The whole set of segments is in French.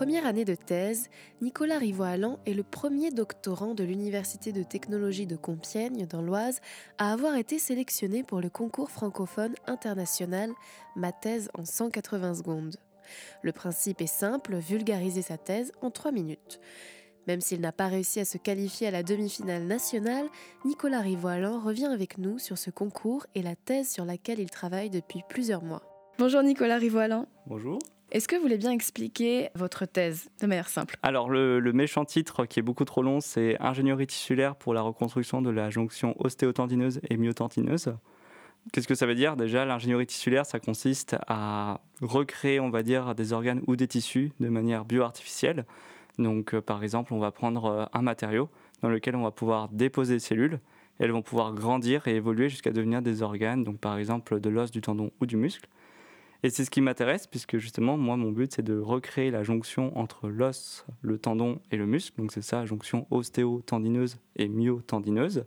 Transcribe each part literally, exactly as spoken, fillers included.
première année de thèse, Nicolas Rivoalan est le premier doctorant de l'Université de technologie de Compiègne, dans l'Oise, à avoir été sélectionné pour le concours francophone international Ma thèse en cent quatre-vingts secondes. Le principe est simple, vulgariser sa thèse en trois minutes. Même s'il n'a pas réussi à se qualifier à la demi-finale nationale, Nicolas Rivoalan revient avec nous sur ce concours et la thèse sur laquelle il travaille depuis plusieurs mois. Bonjour Nicolas Rivoalan. Bonjour. Est-ce que vous voulez bien expliquer votre thèse de manière simple ? Alors le, le méchant titre qui est beaucoup trop long, c'est ingénierie tissulaire pour la reconstruction de la jonction ostéotendineuse et myotendineuse. Qu'est-ce que ça veut dire ? Déjà, l'ingénierie tissulaire, ça consiste à recréer, on va dire, des organes ou des tissus de manière bio-artificielle. Donc euh, par exemple, on va prendre euh, un matériau dans lequel on va pouvoir déposer des cellules et elles vont pouvoir grandir et évoluer jusqu'à devenir des organes, donc par exemple de l'os, du tendon ou du muscle. Et c'est ce qui m'intéresse, puisque justement, moi, mon but, c'est de recréer la jonction entre l'os, le tendon et le muscle. Donc c'est ça, jonction ostéotendineuse et myotendineuse.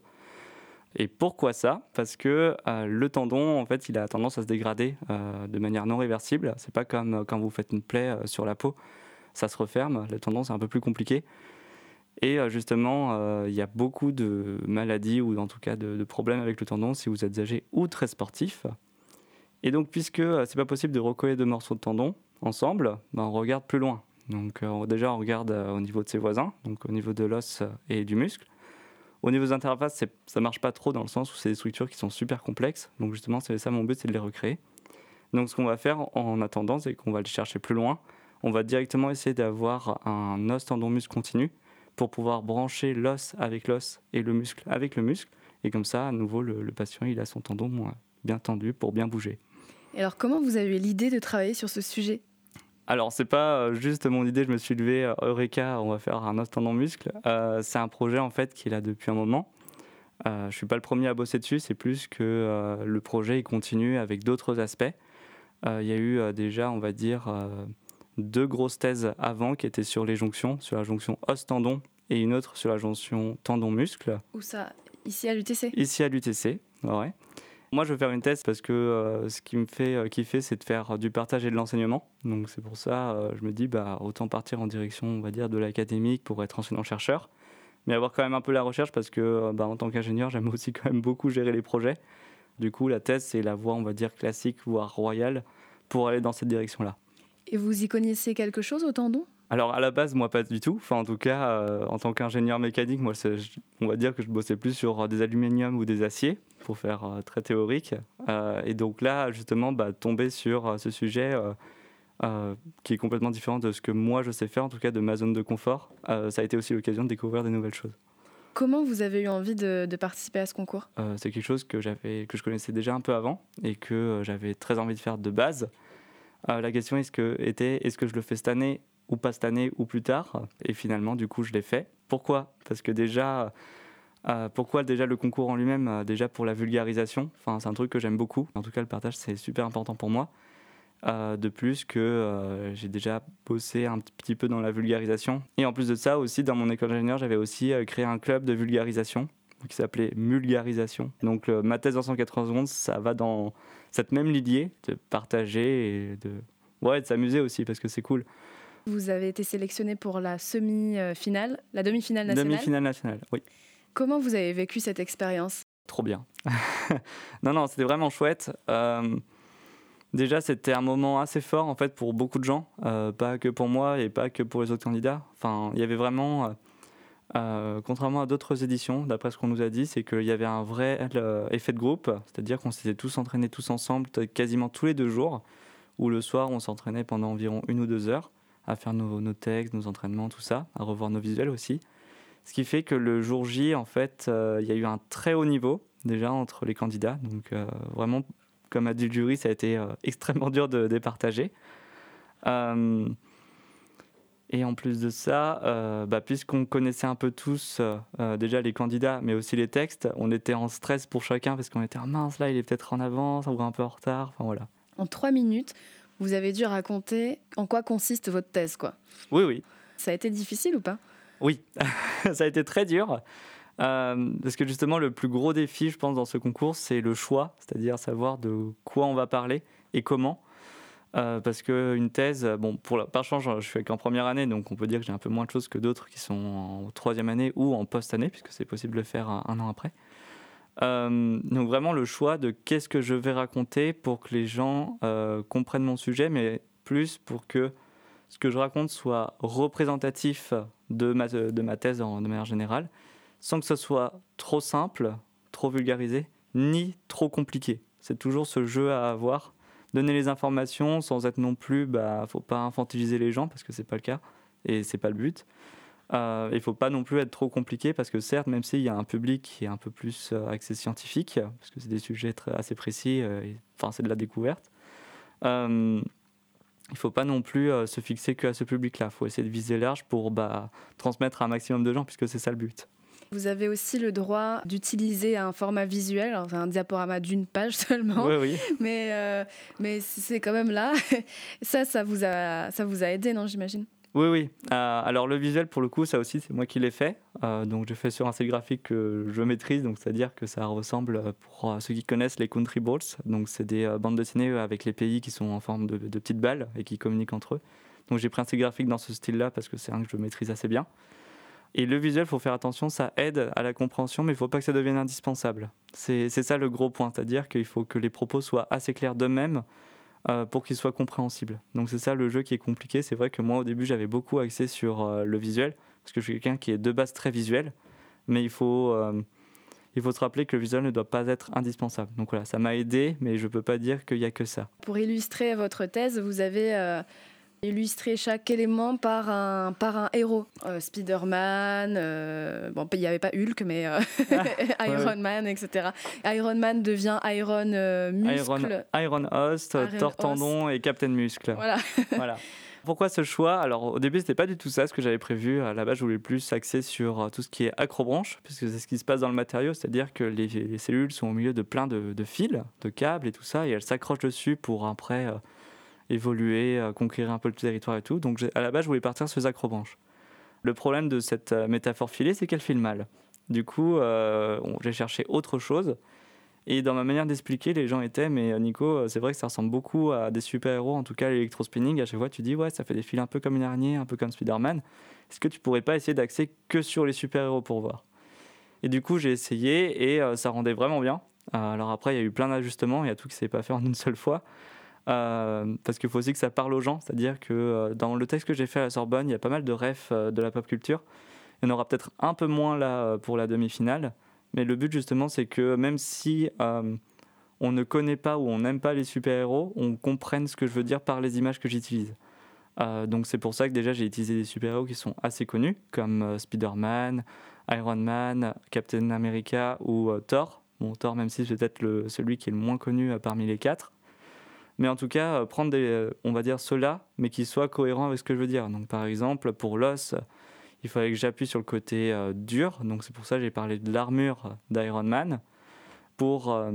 Et pourquoi ça ? Parce que euh, le tendon, en fait, il a tendance à se dégrader euh, de manière non réversible. C'est pas comme euh, quand vous faites une plaie euh, sur la peau, ça se referme. Le tendon, c'est un peu plus compliqué. Et euh, justement, euh, il y a beaucoup de maladies ou en tout cas de, de problèmes avec le tendon si vous êtes âgé ou très sportif. Et donc, puisque euh, c'est pas possible de recoller deux morceaux de tendon ensemble, ben, on regarde plus loin. Donc euh, déjà, on regarde euh, au niveau de ses voisins, donc au niveau de l'os et du muscle. Au niveau des interfaces, c'est, ça marche pas trop dans le sens où c'est des structures qui sont super complexes. Donc justement, c'est ça mon but, c'est de les recréer. Donc ce qu'on va faire en attendant, c'est qu'on va le chercher plus loin. On va directement essayer d'avoir un os tendon muscle continu pour pouvoir brancher l'os avec l'os et le muscle avec le muscle. Et comme ça, à nouveau, le, le patient, il a son tendon bien tendu pour bien bouger. Et alors, comment vous avez eu l'idée de travailler sur ce sujet ? Alors, c'est pas juste mon idée, je me suis levé, Eureka, on va faire un os tendon muscle. Euh, c'est un projet en fait qui est là depuis un moment. Euh, je suis pas le premier à bosser dessus, c'est plus que euh, le projet il continue avec d'autres aspects. Euh, il y a eu euh, déjà, on va dire, euh, deux grosses thèses avant qui étaient sur les jonctions, sur la jonction os-tendon et une autre sur la jonction tendon-muscle. Où ça ? Ici à l'U T C ? Ici à l'U T C, ouais. Moi, je veux faire une thèse parce que euh, ce qui me fait euh, kiffer, c'est de faire du partage et de l'enseignement. Donc, c'est pour ça, euh, je me dis, bah, autant partir en direction, on va dire, de l'académique pour être enseignant-chercheur, mais avoir quand même un peu la recherche parce que, euh, bah, en tant qu'ingénieur, j'aime aussi quand même beaucoup gérer les projets. Du coup, la thèse, c'est la voie, on va dire, classique, voire royale, pour aller dans cette direction-là. Et vous y connaissez quelque chose au tendon ? Alors, à la base, moi, pas du tout. Enfin, en tout cas, euh, en tant qu'ingénieur mécanique, moi, c'est, on va dire que je bossais plus sur des aluminiums ou des aciers, pour faire euh, très théorique. Euh, et donc là, justement, bah, tomber sur euh, ce sujet euh, euh, qui est complètement différent de ce que moi, je sais faire, en tout cas de ma zone de confort, euh, ça a été aussi l'occasion de découvrir des nouvelles choses. Comment vous avez eu envie de, de participer à ce concours ? euh, C'est quelque chose que, j'avais, que je connaissais déjà un peu avant et que euh, j'avais très envie de faire de base. Euh, la question est-ce que, était, est-ce que je le fais cette année ou pas cette année ou plus tard ? Et finalement, du coup, je l'ai fait. Pourquoi ? Parce que déjà... Euh, pourquoi déjà le concours en lui-même ? euh, Déjà pour la vulgarisation, enfin, c'est un truc que j'aime beaucoup. En tout cas, le partage, c'est super important pour moi. Euh, de plus que euh, j'ai déjà bossé un petit peu dans la vulgarisation. Et en plus de ça, aussi, dans mon école d'ingénieur, j'avais aussi euh, créé un club de vulgarisation qui s'appelait Mulgarisation. Donc euh, ma thèse en cent quatre-vingts secondes, ça va dans cette même lignée de partager et de, ouais, de s'amuser aussi parce que c'est cool. Vous avez été sélectionné pour la semi-finale, la demi-finale nationale. Demi-finale nationale, oui. Comment vous avez vécu cette expérience ? Trop bien. non, non, c'était vraiment chouette. Euh, déjà, c'était un moment assez fort en fait pour beaucoup de gens, euh, pas que pour moi et pas que pour les autres candidats. Enfin, il y avait vraiment, euh, euh, contrairement à d'autres éditions, d'après ce qu'on nous a dit, c'est qu'il y avait un vrai euh, effet de groupe, c'est-à-dire qu'on s'était tous entraînés tous ensemble, quasiment tous les deux jours, où le soir, on s'entraînait pendant environ une ou deux heures à faire nos, nos textes, nos entraînements, tout ça, à revoir nos visuels aussi. Ce qui fait que le jour J, en fait, euh, il y a eu un très haut niveau, déjà, entre les candidats. Donc, euh, vraiment, comme a dit le jury, ça a été euh, extrêmement dur de départager. Euh, et en plus de ça, euh, bah, puisqu'on connaissait un peu tous, euh, déjà les candidats, mais aussi les textes, on était en stress pour chacun, parce qu'on était ah, « mince, là, il est peut-être en avance, ou un peu en retard ». Enfin, voilà. En trois minutes, vous avez dû raconter en quoi consiste votre thèse, quoi. Oui, oui. Ça a été difficile ou pas ? Oui, ça a été très dur, euh, parce que justement le plus gros défi, je pense, dans ce concours, c'est le choix, c'est-à-dire savoir de quoi on va parler et comment. Euh, parce qu'une thèse, bon, pour la, par chance, je suis qu'en première année, donc on peut dire que j'ai un peu moins de choses que d'autres qui sont en troisième année ou en post-année, puisque c'est possible de le faire un, un an après. Euh, donc vraiment le choix de qu'est-ce que je vais raconter pour que les gens euh, comprennent mon sujet, mais plus pour que ce que je raconte soit représentatif de ma, de ma thèse en, de manière générale, sans que ce soit trop simple, trop vulgarisé, ni trop compliqué. C'est toujours ce jeu à avoir. Donner les informations sans être non plus, bah, faut pas infantiliser les gens parce que c'est pas le cas et c'est pas le but. Euh, il faut pas non plus être trop compliqué parce que certes, même s'il y a un public qui est un peu plus euh, axé scientifique, parce que c'est des sujets très, assez précis, euh, et, enfin c'est de la découverte. Euh, il faut pas non plus euh, se fixer qu'à ce public-là. Il faut essayer de viser large pour bah, transmettre à un maximum de gens puisque c'est ça le but. Vous avez aussi le droit d'utiliser un format visuel, alors c'est un diaporama d'une page seulement, oui, oui. mais, euh, mais c'est quand même là. Ça, ça vous a, ça vous a aidé, non, j'imagine ? Oui, oui. Euh, alors le visuel, pour le coup, ça aussi, c'est moi qui l'ai fait. Euh, donc je fais sur un style graphique que je maîtrise, donc c'est-à-dire que ça ressemble, pour ceux qui connaissent, les country balls. Donc c'est des euh, bandes dessinées avec les pays qui sont en forme de, de petites balles et qui communiquent entre eux. Donc j'ai pris un style graphique dans ce style-là parce que c'est un que je maîtrise assez bien. Et le visuel, il faut faire attention, ça aide à la compréhension, mais il ne faut pas que ça devienne indispensable. C'est, c'est ça le gros point, c'est-à-dire qu'il faut que les propos soient assez clairs d'eux-mêmes euh, pour qu'ils soient compréhensibles. Donc c'est ça le jeu qui est compliqué. C'est vrai que moi, au début, j'avais beaucoup axé sur euh, le visuel, parce que je suis quelqu'un qui est de base très visuel, mais il faut, euh, il faut se rappeler que le visuel ne doit pas être indispensable. Donc voilà, ça m'a aidé, mais je ne peux pas dire qu'il n'y a que ça. Pour illustrer votre thèse, vous avez... Euh... illustrer chaque élément par un, par un héros. Euh, Spider-Man, euh, bon, il n'y avait pas Hulk, mais euh, Iron ouais. Man, et cetera. Iron Man devient Iron euh, Muscle. Iron, Iron Host, Iron Thor Tendon et Captain Muscle. Voilà. voilà. Pourquoi ce choix ? Alors au début, c'était pas du tout ça ce que j'avais prévu. À la base, je voulais plus axer sur tout ce qui est acrobranche, puisque c'est ce qui se passe dans le matériau, c'est-à-dire que les, les cellules sont au milieu de plein de, de fils, de câbles et tout ça, et elles s'accrochent dessus pour après... Euh, évoluer, euh, conquérir un peu le territoire et tout. Donc à la base, je voulais partir sur les acrobranches. Le problème de cette euh, métaphore filée, c'est qu'elle file mal. Du coup, euh, on, j'ai cherché autre chose. Et dans ma manière d'expliquer, les gens étaient « Mais Nico, c'est vrai que ça ressemble beaucoup à des super-héros, en tout cas l'électrospinning. À chaque fois, tu dis « Ouais, ça fait des fils un peu comme une araignée, un peu comme Spider-Man. Est-ce que tu pourrais pas essayer d'axer que sur les super-héros pour voir ?» Et du coup, j'ai essayé et euh, ça rendait vraiment bien. Euh, alors après, il y a eu plein d'ajustements. Il y a tout qui ne s'est pas fait en une seule fois. Euh, parce qu'il faut aussi que ça parle aux gens, c'est-à-dire que euh, dans le texte que j'ai fait à la Sorbonne, il y a pas mal de refs euh, de la pop culture. Il y en aura peut-être un peu moins là euh, pour la demi-finale, mais le but justement c'est que même si euh, on ne connaît pas ou on n'aime pas les super-héros, on comprenne ce que je veux dire par les images que j'utilise. Euh, donc c'est pour ça que déjà j'ai utilisé des super-héros qui sont assez connus, comme euh, Spider-Man, Iron Man, Captain America ou euh, Thor. Bon, Thor même si c'est peut-être le, celui qui est le moins connu euh, parmi les quatre. Mais en tout cas, euh, prendre des, euh, on va dire ceux-là, mais qui soient cohérents avec ce que je veux dire. Donc par exemple, pour l'os, il fallait que j'appuie sur le côté euh, dur. Donc c'est pour ça que j'ai parlé de l'armure d'Iron Man. Pour euh,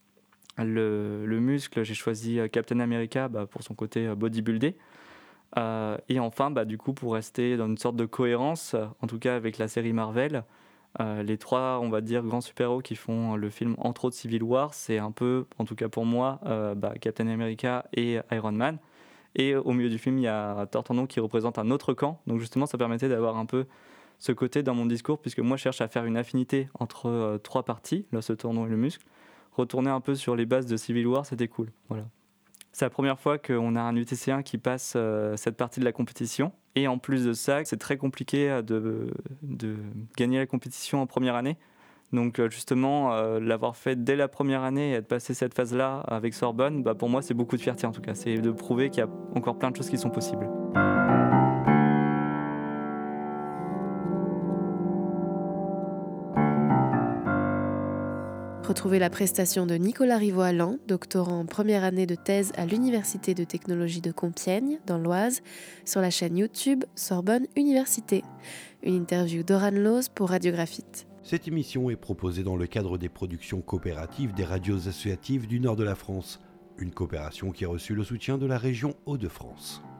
le, le muscle, j'ai choisi Captain America bah, pour son côté euh, bodybuildé. Euh, et enfin, bah, du coup, pour rester dans une sorte de cohérence, en tout cas avec la série Marvel, Euh, les trois, on va dire, grands super-héros qui font le film, entre autres Civil War, c'est un peu, en tout cas pour moi, euh, bah, Captain America et Iron Man. Et au milieu du film, il y a Thor Tendon qui représente un autre camp. Donc justement, ça permettait d'avoir un peu ce côté dans mon discours, puisque moi, je cherche à faire une affinité entre euh, trois parties, l'os, le tendon et le muscle. Retourner un peu sur les bases de Civil War, c'était cool. Voilà. C'est la première fois qu'on a un U T C un qui passe euh, cette partie de la compétition. Et en plus de ça, c'est très compliqué de, de gagner la compétition en première année. Donc justement, euh, l'avoir fait dès la première année et de passer cette phase-là avec Sorbonne, bah pour moi, c'est beaucoup de fierté en tout cas. C'est de prouver qu'il y a encore plein de choses qui sont possibles. Retrouvez la prestation de Nicolas Rivoalan, doctorant en première année de thèse à l'Université de technologie de Compiègne, dans l'Oise, sur la chaîne YouTube Sorbonne Université. Une interview d'Oran Loz pour Radiographite. Cette émission est proposée dans le cadre des productions coopératives des radios associatives du nord de la France, une coopération qui a reçu le soutien de la région Hauts-de-France.